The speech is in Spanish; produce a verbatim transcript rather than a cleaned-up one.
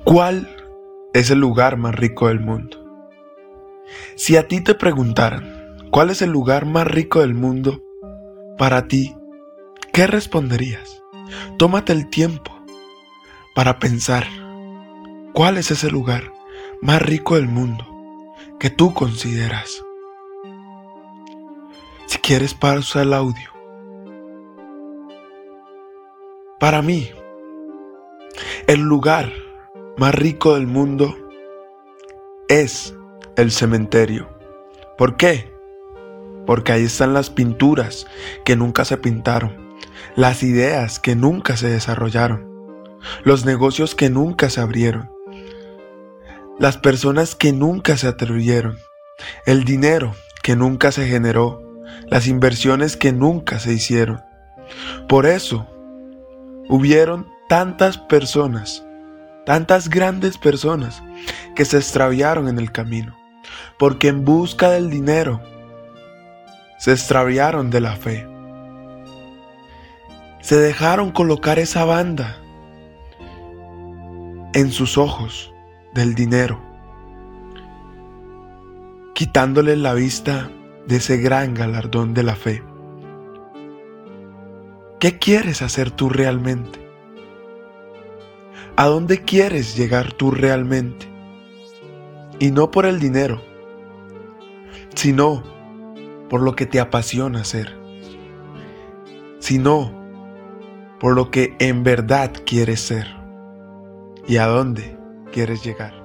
¿Cuál es el lugar más rico del mundo? Si a ti te preguntaran, ¿cuál es el lugar más rico del mundo para ti? ¿Qué responderías? Tómate el tiempo para pensar, ¿cuál es ese lugar más rico del mundo que tú consideras? Si quieres, pausa el audio. Para mí, el lugar más rico del mundo es el cementerio. ¿Por qué? Porque ahí están las pinturas que nunca se pintaron, las ideas que nunca se desarrollaron, los negocios que nunca se abrieron, las personas que nunca se atribuyeron, el dinero que nunca se generó, las inversiones que nunca se hicieron. Por eso, hubieron tantas personas, tantas grandes personas que se extraviaron en el camino, porque en busca del dinero se extraviaron de la fe. Se dejaron colocar esa banda en sus ojos del dinero, quitándole la vista de ese gran galardón de la fe. ¿Qué quieres hacer tú realmente? ¿A dónde quieres llegar tú realmente? Y no por el dinero, sino por lo que te apasiona hacer, sino por lo que en verdad quieres ser y a dónde quieres llegar.